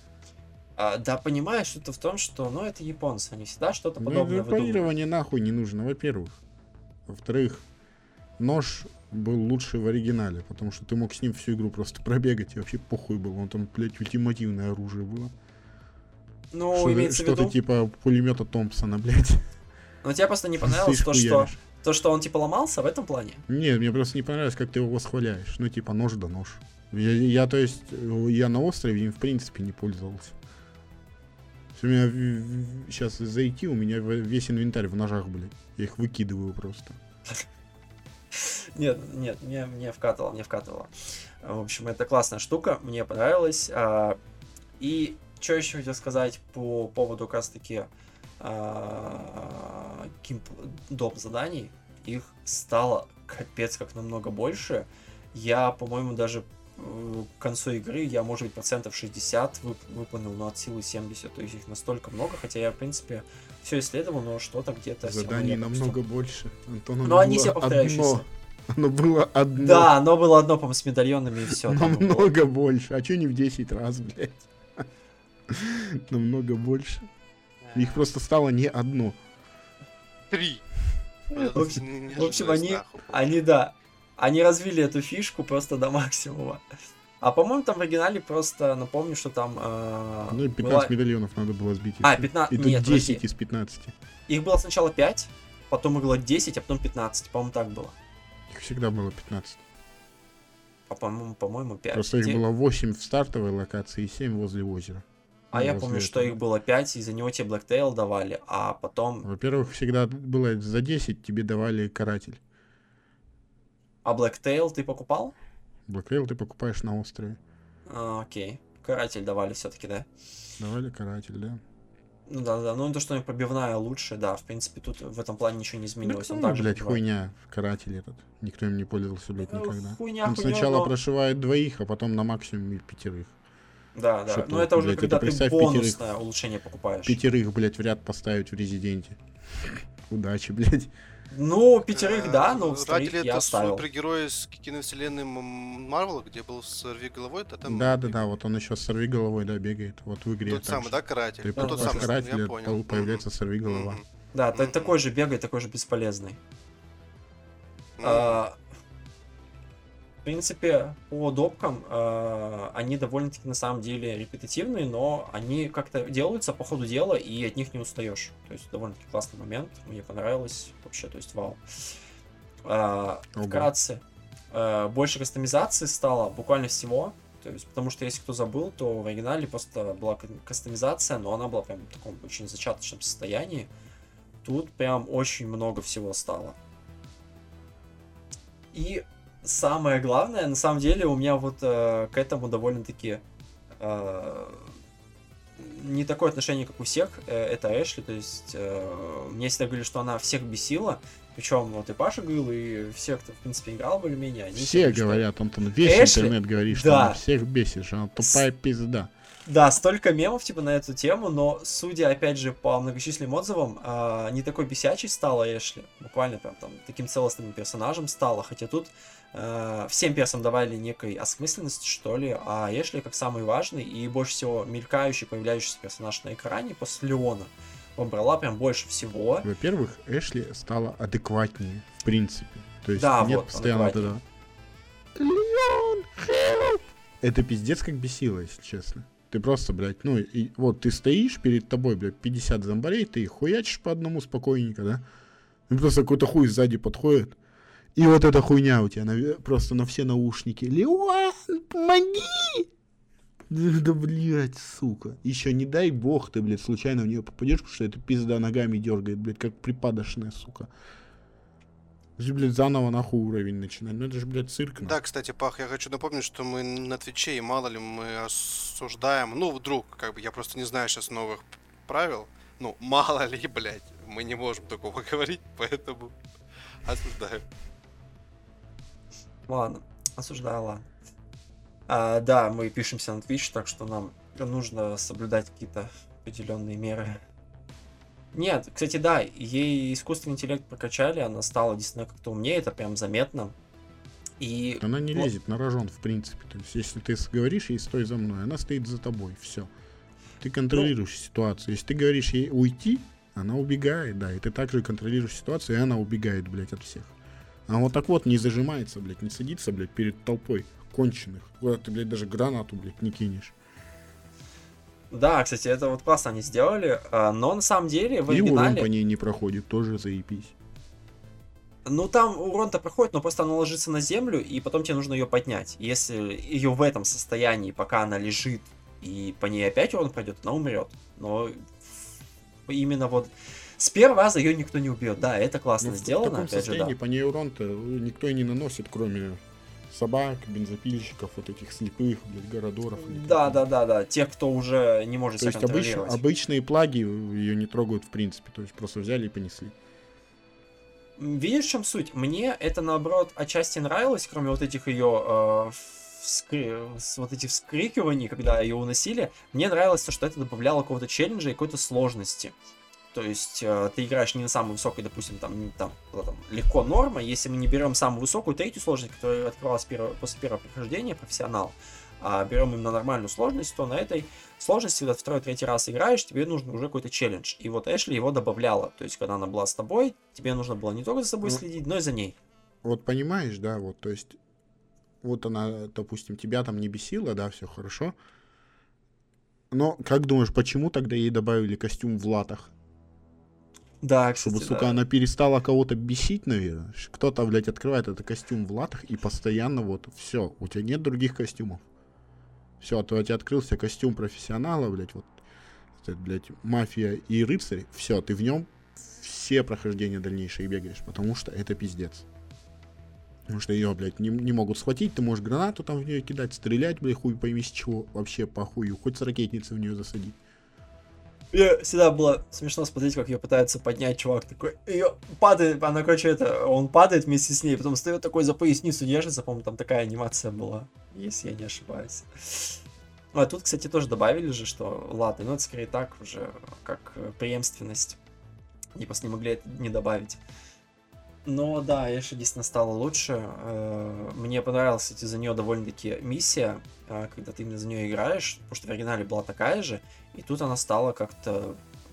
Да, понимаешь, это в том, что, ну, это японцы, они всегда что-то подобное выдумывают. Парирование нахуй не нужно, во-первых. Во-вторых, нож был лучше в оригинале, потому что ты мог с ним всю игру просто пробегать, и вообще похуй был. Он там, блядь, ультимативное оружие было. Ну, имеется в виду... Что-то типа пулемета Томпсона, блядь. Но тебе просто не понравилось то, что он типа ломался в этом плане? Нет, мне просто не понравилось, как ты его восхваляешь. Ну, типа, нож да нож. Я на острове им в принципе не пользовался. У меня сейчас зайти, у меня весь инвентарь в ножах, блядь. Я их выкидываю просто. Нет, мне вкатывало. В общем, это классная штука, мне понравилось. И что еще хотел сказать по поводу как раз таки доп. Заданий. Их стало капец как намного больше. Я, по-моему, даже к концу игры я, может быть, 60% выполнил, но от силы 70. То есть их настолько много, хотя я, в принципе, все исследовал, но что-то где-то... Заданий намного больше. Антон, но они все повторяющиеся. Оно было одно. Да, оно было одно, по-моему, с медальонами и все. Намного больше. А че не в 10 раз, блядь? Намного больше. Их просто стало не одно. 3. В общем, они развили эту фишку просто до максимума. А по-моему, там в оригинале просто напомню, что там... Ну и 15 медальонов надо было сбить. 15... И тут 10 из 15. Их было сначала 5, потом было 10, а потом 15. По-моему, так было. Их всегда было 15. По-моему, 5. Просто их было 8 в стартовой локации и 7 возле озера. А я помню, что их было 5, из-за него тебе Blacktail давали, а потом... Во-первых, всегда было за 10 тебе давали каратель. А Blacktail ты покупал? Blacktail ты покупаешь на острове. Окей. Каратель давали все-таки, да? Давали каратель, да. Ну да. Ну то, что у них пробивная лучше, да. В принципе, тут в этом плане ничего не изменилось. Да, блядь, хуйня, каратель этот. Никто им не пользовался, блядь, никогда. Хуйня, он сначала прошивает 2, а потом на максимуме 5. Да. Но это уже когда ты бонусное улучшение покупаешь. 5, блядь, в ряд поставить в Резиденте. Удачи, блядь. Ну, 5, да, но в 3 я оставил. Это супергерой из киновселенной Марвел, где был с сорвиголовой, да? Там... Да, вот он еще с сорвиголовой, да, бегает. Вот в игре. Тот самый, да, каратель? Ты покупаешь карателя, появляется сорвиголова. Да, такой же бегает, такой же бесполезный. В принципе, по допкам они довольно-таки на самом деле репетитивные, но они как-то делаются по ходу дела, и от них не устаешь. То есть довольно-таки классный момент, мне понравилось вообще, то есть вау. Вкратце, больше кастомизации стало буквально всего, то есть, потому что если кто забыл, то в оригинале просто была кастомизация, но она была прям в таком очень зачаточном состоянии. Тут прям очень много всего стало. И самое главное, на самом деле, у меня вот к этому довольно-таки не такое отношение, как у всех, это Эшли, то есть мне всегда говорили, что она всех бесила, причем вот и Паша говорил, и все, кто, в принципе, играл более-менее, они все говорят, Антон, весь интернет говорит, что она всех бесит, что она тупая пизда. Да, столько мемов типа на эту тему, но судя, опять же, по многочисленным отзывам, не такой бесячей стала Эшли, буквально прям там таким целостным персонажем стала, хотя тут всем персам давали некой осмысленности, что ли, а Эшли как самый важный и больше всего мелькающий, появляющийся персонаж на экране после Леона брала прям больше всего. Во-первых, Эшли стала адекватнее, в принципе. То есть да, нет вот, постоянно тогда Леон, help! Это пиздец как бесило, если честно. Ты просто, блядь, ну, и вот ты стоишь, перед тобой, блядь, 50 зомбарей, ты их хуячишь по одному спокойненько, да? И просто какой-то хуй сзади подходит. И вот эта хуйня у тебя просто на все наушники. Леон, помоги! Да, блядь, сука. Еще не дай бог ты, блядь, случайно в нее попадешь, потому что эта пизда ногами дергает, блядь, как припадочная, сука. Же, блядь, заново нахуй уровень начинать. Ну это же, блядь, цирк. Да, кстати, Пах, я хочу напомнить, что мы на Твиче, и мало ли мы осуждаем. Ну, вдруг, как бы, я просто не знаю сейчас новых правил. Ну, мало ли, блядь, мы не можем такого говорить, поэтому осуждаем. Ладно, осуждаю, ладно. Да, мы пишемся на Twitch, так что нам нужно соблюдать какие-то определенные меры. Нет, кстати, да, ей искусственный интеллект прокачали, она стала действительно как-то умнее, это прям заметно. И... Она не лезет на рожон, в принципе. То есть, если ты говоришь ей «стой за мной», она стоит за тобой, все. Ты контролируешь ситуацию. Если ты говоришь ей «уйти», она убегает, да, и ты также контролируешь ситуацию, и она убегает, блядь, от всех. А вот так вот не зажимается, блядь, не садится, блядь, перед толпой конченых. Куда ты, блядь, даже гранату, блядь, не кинешь. Да, кстати, это вот классно они сделали, но на самом деле в оригинале... И урон по ней не проходит, тоже заебись. Ну, там урон-то проходит, но просто она ложится на землю, и потом тебе нужно ее поднять. Если ее в этом состоянии, пока она лежит, и по ней опять урон пройдет, она умрет. Но именно вот с первого раза ее никто не убьет. Да, это классно сделано. В таком опять состоянии же, да. по ней урон-то никто и не наносит, кроме собак, бензопильщиков, вот этих слепых, блядь, городоров. Да. Тех, кто уже не может себя контролировать. То есть обычные плаги ее не трогают в принципе. То есть просто взяли и понесли. Видишь, в чем суть? Мне это, наоборот, отчасти нравилось, кроме вот этих ее вот этих вскрикиваний, когда ее уносили. Мне нравилось то, что это добавляло какого-то челленджа и какой-то сложности. То есть ты играешь не на самой высокой, допустим, там легко норма. Если мы не берем самую высокую, третью сложность, которая открывалась после первого прохождения, профессионал, а берем именно нормальную сложность, то на этой сложности, когда второй, третий раз играешь, тебе нужен уже какой-то челлендж. И вот Эшли его добавляла. То есть, когда она была с тобой, тебе нужно было не только за собой следить, но и за ней. Вот понимаешь, да, вот, то есть, вот она, допустим, тебя там не бесила, да, все хорошо. Но, как думаешь, почему тогда ей добавили костюм в латах? Да, кстати, чтобы, сука, она перестала кого-то бесить, наверное. Кто-то, блядь, открывает этот костюм в латах и постоянно вот, все, у тебя нет других костюмов. Все, то у тебя открылся костюм профессионала, блядь, вот, этот, блядь, мафия и рыцарь, все, ты в нем все прохождения дальнейшие бегаешь, потому что это пиздец. Потому что ее, блядь, не могут схватить, ты можешь гранату там в нее кидать, стрелять, блядь, хуй пойми с чего, вообще похую, хоть с ракетницы в нее засадить. Мне всегда было смешно смотреть, как ее пытаются поднять, чувак такой, ее падает, она, короче, он падает вместе с ней, потом встает такой за поясницу держится, по-моему, там такая анимация была, если я не ошибаюсь. А тут, кстати, тоже добавили же, что ладно, но это скорее так уже, как преемственность, они просто не могли это не добавить. Но да, Эшли действительно стала лучше. Мне понравилась, кстати, за нее довольно-таки миссия, когда ты именно за нее играешь, потому что в оригинале была такая же, и тут она стала как-то,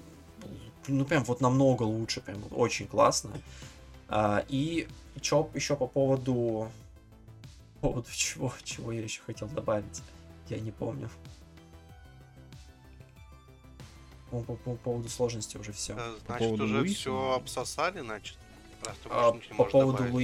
ну прям вот намного лучше, прям вот очень классно. И чё еще по поводу чего я еще хотел добавить, я не помню. По поводу сложности уже все. Значит, уже Луиса? Все обсосали, значит. По поводу добавить.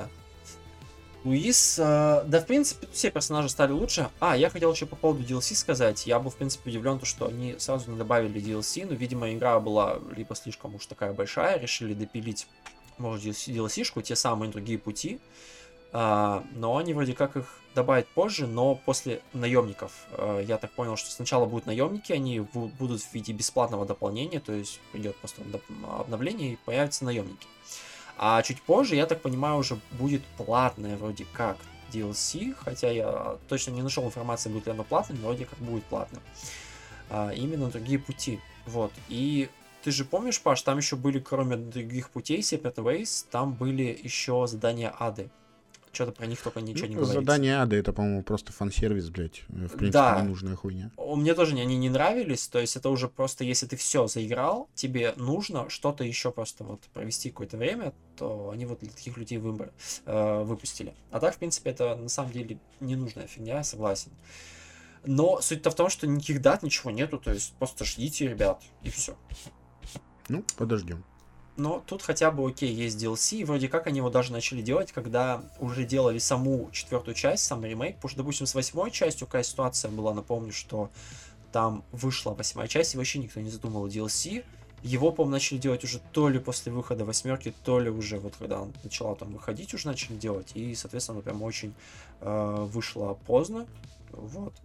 Луис, да, в принципе, все персонажи стали лучше. Я хотел еще по поводу DLC сказать. Я был, в принципе, удивлен, что они сразу не добавили DLC, но, видимо, игра была либо слишком уж такая большая, решили допилить, может, DLC-шку, те самые другие пути. Но они вроде как их добавят позже, но после наемников. Я так понял, что сначала будут наемники, они будут в виде бесплатного дополнения, то есть придет просто обновление и появятся наемники. А чуть позже, я так понимаю, уже будет платное вроде как DLC, хотя я точно не нашел информации, будет ли оно платным, но вроде как будет платным. Именно другие пути. Вот. И ты же помнишь, Паш, там еще были, кроме других путей, Separate Ways, там были еще задания ады. Что-то про них только ничего не говорится. Задание ада, это, по-моему, просто фан-сервис, блядь. В принципе, да. ненужная хуйня. Мне тоже они не нравились, то есть это уже просто, если ты все заиграл, тебе нужно что-то еще просто вот провести какое-то время, то они вот для таких людей выпустили. А так, в принципе, это на самом деле ненужная фигня, я согласен. Но суть-то в том, что никаких дат, ничего нету, то есть просто ждите, ребят, и все. Ну, подождем. Но тут хотя бы окей, есть DLC, и вроде как они его даже начали делать, когда уже делали саму 4-ю часть, сам ремейк, потому что, допустим, с 8-й частью какая ситуация была, напомню, что там вышла 8-я часть, и вообще никто не задумал DLC, его, по-моему, начали делать уже то ли после выхода 8-ки, то ли уже вот когда он начала там выходить, уже начали делать, и, соответственно, прям очень вышло поздно, вот.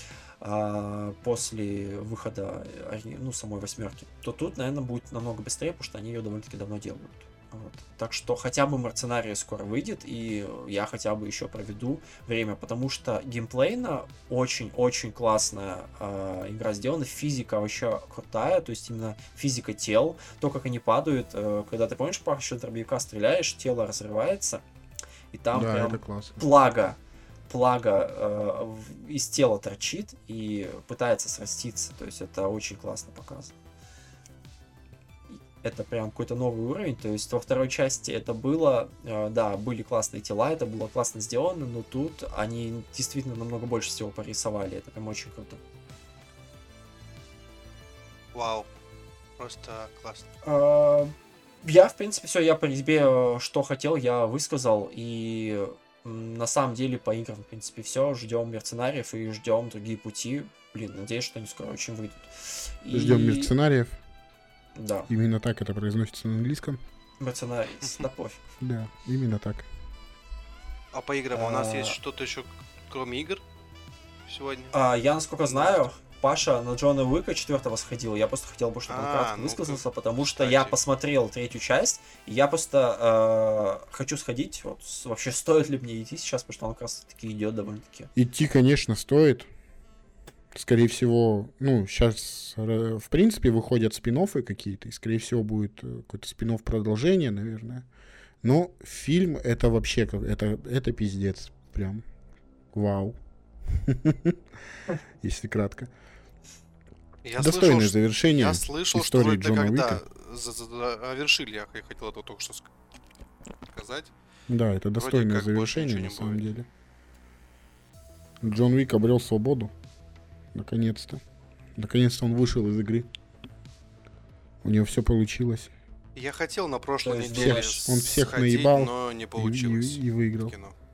После выхода самой 8-ки, то тут, наверное, будет намного быстрее, потому что они ее довольно-таки давно делают. Вот. Так что хотя бы Мерценария скоро выйдет, и я хотя бы еще проведу время, потому что геймплейно очень-очень классная игра сделана, физика вообще крутая, то есть именно физика тел, то, как они падают, когда ты, помнишь, по счету дробовика стреляешь, тело разрывается, и там да, прям плага из тела торчит и пытается сраститься. То есть это очень классно показано. это прям какой-то новый уровень. То есть во второй части это было, да, были классные тела, это было классно сделано, но тут они действительно намного больше всего порисовали. Это прям очень круто. Вау. Просто классно. Я, в принципе, все, я по резьбе, что хотел, я высказал. И на самом деле по играм, в принципе, все. Ждем мерценариев и ждем другие пути. Блин, надеюсь, что они скоро очень выйдут. Ждем мерценариев. Да. Именно так это произносится на английском. Мерценариев, да пофиг. Да, именно так. А по играм у нас есть что-то еще, кроме игр сегодня? Я, насколько знаю, Паша на Джона Уика 4 сходил. Я просто хотел бы, чтобы он кратко высказался, потому что я посмотрел 3-ю часть, и я просто хочу сходить. Вот, вообще, стоит ли мне идти сейчас, потому что он как раз таки идет довольно-таки. Идти, конечно, стоит. Скорее всего, ну, сейчас, в принципе, выходят спин-оффы какие-то, и, скорее всего, будет какой-то спин-офф продолжение, наверное. Но фильм — это вообще, это пиздец. Прям вау. Если кратко. Достойное завершение я слышал, истории Джона Уика. Завершили, я хотел это только что сказать. Да, это достойное завершение, на самом деле. Джон Уик обрел свободу. Наконец-то. Наконец-то он вышел из игры. У него все получилось. Я хотел на прошлой неделе он всех наебал, но не получилось. И выиграл.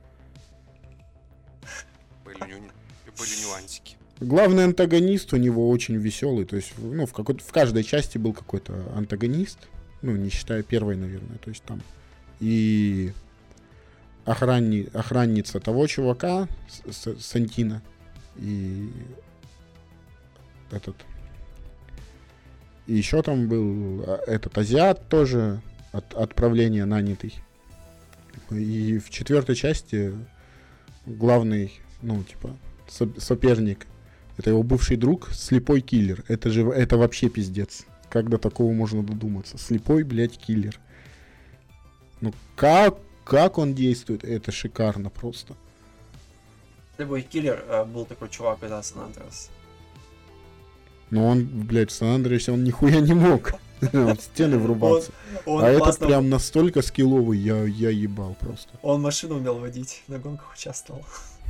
Были нюансики. Главный антагонист у него очень веселый. То есть, ну, в каждой части был какой-то антагонист. Ну, не считая первой, наверное. То есть там и охранница того чувака, Сантина, и и еще там был этот азиат тоже от отправления нанятый. И в 4-й части главный, ну, типа, соперник, это его бывший друг, слепой киллер. Это вообще пиздец. Как до такого можно додуматься? Слепой, блядь, киллер. Ну, как он действует? Это шикарно просто. Слепой киллер был такой чувак, когда Сан-Андреас. Но он, блядь, в Сан-Андреасе он нихуя не мог в стены врубаться. А этот прям настолько скилловый, я ебал просто. Он машину умел водить, на гонках участвовал.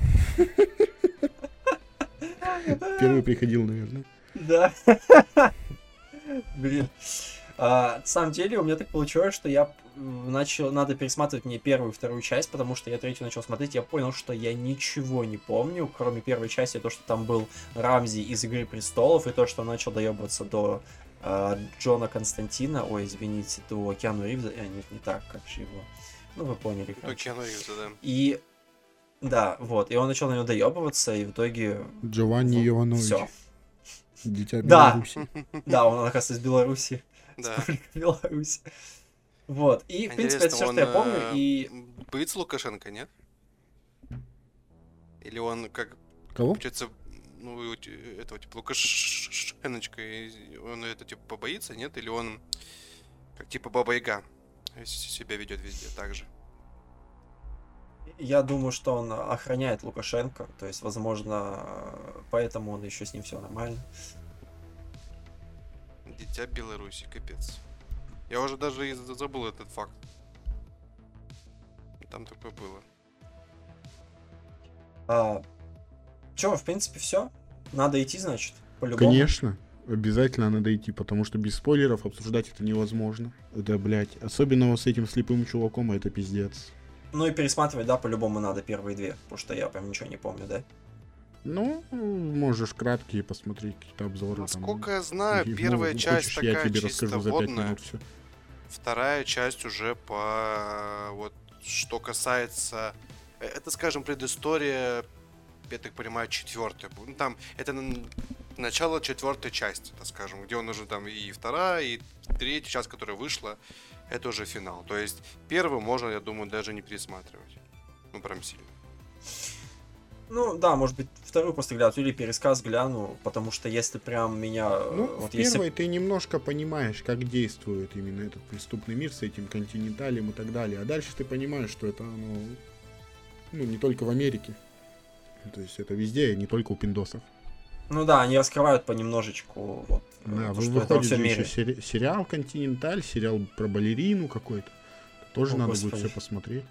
Первый приходил, наверное. Да. Блин. На самом деле у меня так получилось, что я надо пересматривать мне 1-ю и 2-ю часть, потому что я 3-ю начал смотреть, я понял, что я ничего не помню, кроме 1-й части, то, что там был Рамзи из Игры Престолов, и то, что он начал доебываться до Джона Константина, ой, извините, до Киану Ривза, нет, не так, как же его, ну вы поняли. До Киану Ривза, да. И да, вот, и он начал на него доебываться, и в итоге... Джованни Йованович. Все. Дитя Беларуси. Да, он, оказывается, из Беларуси. Да. Беларусь. Вот. И, в принципе, это все, что я помню. И боится Лукашенко, нет? Или он как... Кого? Получается, ну, этого, типа, Лукашеночка, он это, типа, побоится, нет? Или он, как, типа, Баба-Яга, себя ведет везде так же? Я думаю, что он охраняет Лукашенко. То есть, возможно, поэтому он еще с ним все нормально. Дитя Беларуси, капец. Я уже даже и забыл этот факт. Там такое было. Че, в принципе, все. Надо идти, значит, по-любому. Конечно, обязательно надо идти, потому что без спойлеров обсуждать это невозможно. Это, блядь, особенно с этим слепым чуваком, это пиздец. Ну и пересматривать, да, по-любому надо 1-ю и 2, потому что я прям ничего не помню, да? Ну, можешь краткие посмотреть какие-то обзоры. Насколько я знаю, 1-я часть такая я тебе чисто расскажу за 5 водная. минут всё. 2-я часть уже по... Вот, что касается... Это, скажем, предыстория, я так понимаю, 4-я. Ну, там, это начало 4-й части, так скажем, где он уже там и 2-я, и 3-я часть, которая вышла, это уже финал. То есть, 1-ю можно, я думаю, даже не пересматривать. Ну, прям сильно. Ну, да, может быть, 2-ю просто гляну, или пересказ гляну, потому что если прям меня... Ну, вот в 1-й ты немножко понимаешь, как действует именно этот преступный мир с этим континенталем и так далее. А дальше ты понимаешь, что это, ну, не только в Америке. То есть это везде, не только у пиндосов. Ну да, они раскрывают понемножечку. Вот, да, выходит еще сериал «Континенталь», сериал про балерину какой-то. Тоже надо будет все посмотреть.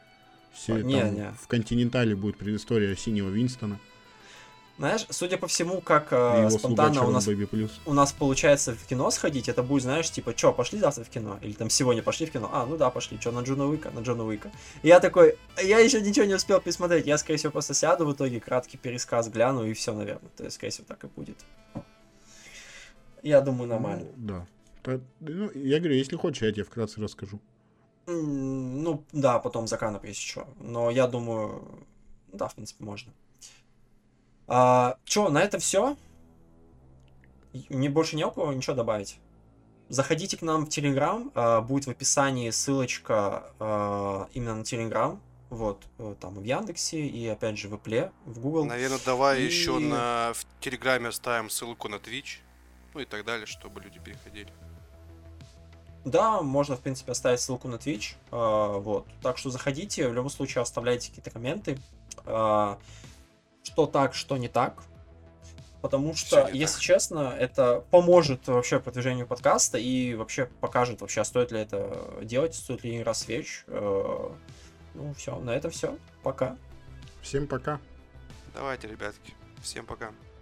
В «Континентале» будет предыстория Синего Винстона. Знаешь, судя по всему, как спонтанно у нас получается в кино сходить, это будет, знаешь, типа, чё, пошли завтра в кино? Или там сегодня пошли в кино? А, ну да, пошли. Чё, на Джона Уика? И я такой, я еще ничего не успел пересмотреть. Я, скорее всего, просто сяду в итоге, краткий пересказ гляну, и все, наверное. То есть, скорее всего, так и будет. Я думаю, нормально. Ну, да. Ну, я говорю, если хочешь, я тебе вкратце расскажу. Ну, да, потом за канап, если что. Но я думаю, да, в принципе, можно. Чё, на это все? Мне больше не у кого ничего добавить. Заходите к нам в Телеграм, будет в описании ссылочка именно на Телеграм. Вот, там в Яндексе и опять же в Apple, в Google. Наверное, давай еще в Телеграме оставим ссылку на Twitch, ну и так далее, чтобы люди переходили. Да, можно, в принципе, оставить ссылку на Twitch. Вот. Так что заходите, в любом случае оставляйте какие-то комменты. Что так, что не так. Потому что, если честно, это поможет вообще продвижению подкаста и вообще покажет, вообще, стоит ли это делать, стоит ли раз свеч. Ну, все, на это все. Пока. Всем пока. Давайте, ребятки. Всем пока.